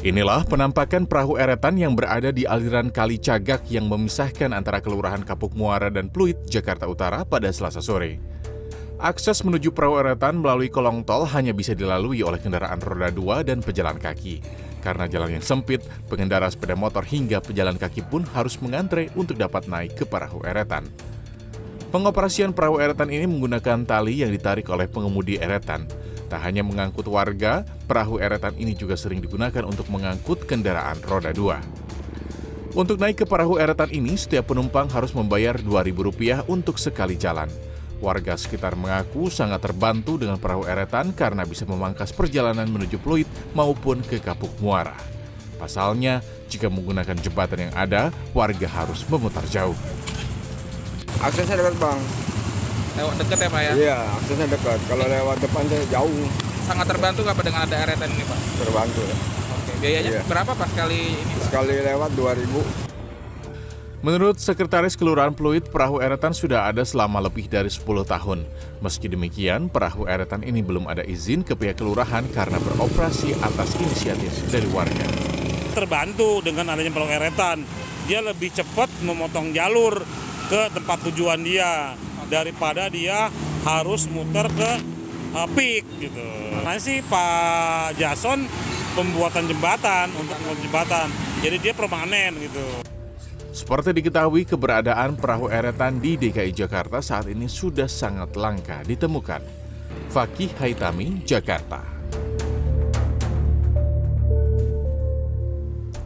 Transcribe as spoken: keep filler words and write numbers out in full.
Inilah penampakan perahu eretan yang berada di aliran Kali Cagak yang memisahkan antara Kelurahan Kapuk Muara dan Pluit, Jakarta Utara pada Selasa sore. Akses menuju perahu eretan melalui kolong tol hanya bisa dilalui oleh kendaraan roda dua dan pejalan kaki. Karena jalan yang sempit, pengendara sepeda motor hingga pejalan kaki pun harus mengantre untuk dapat naik ke perahu eretan. Pengoperasian perahu eretan ini menggunakan tali yang ditarik oleh pengemudi eretan. Tak hanya mengangkut warga, perahu eretan ini juga sering digunakan untuk mengangkut kendaraan roda dua. Untuk naik ke perahu eretan ini, setiap penumpang harus membayar dua ribu rupiah untuk sekali jalan. Warga sekitar mengaku sangat terbantu dengan perahu eretan karena bisa memangkas perjalanan menuju Pluit maupun ke Kapuk Muara. Pasalnya, jika menggunakan jembatan yang ada, warga harus memutar jauh. Aksesnya dekat, Bang. Lewat dekat ya Pak ya? Iya, aksesnya dekat. Kalau lewat depan saya jauh. Sangat terbantu nggak Pak dengan ada eretan ini Pak? Terbantu ya. Oke, biayanya Iya. berapa Pak sekali ini Pak? Sekali lewat dua ribu. Menurut Sekretaris Kelurahan Pluit, perahu eretan sudah ada selama lebih dari sepuluh tahun. Meski demikian, perahu eretan ini belum ada izin ke pihak kelurahan karena beroperasi atas inisiatif dari warga. Terbantu dengan adanya perahu eretan, dia lebih cepat memotong jalur ke tempat tujuan dia daripada dia harus muter ke uh, pik gitu. Nah sih Pak Jason pembuatan jembatan untuk membuat jembatan, jadi dia permanen gitu. Seperti diketahui, keberadaan perahu eretan di D K I Jakarta saat ini sudah sangat langka ditemukan. Fakih Haitami, Jakarta.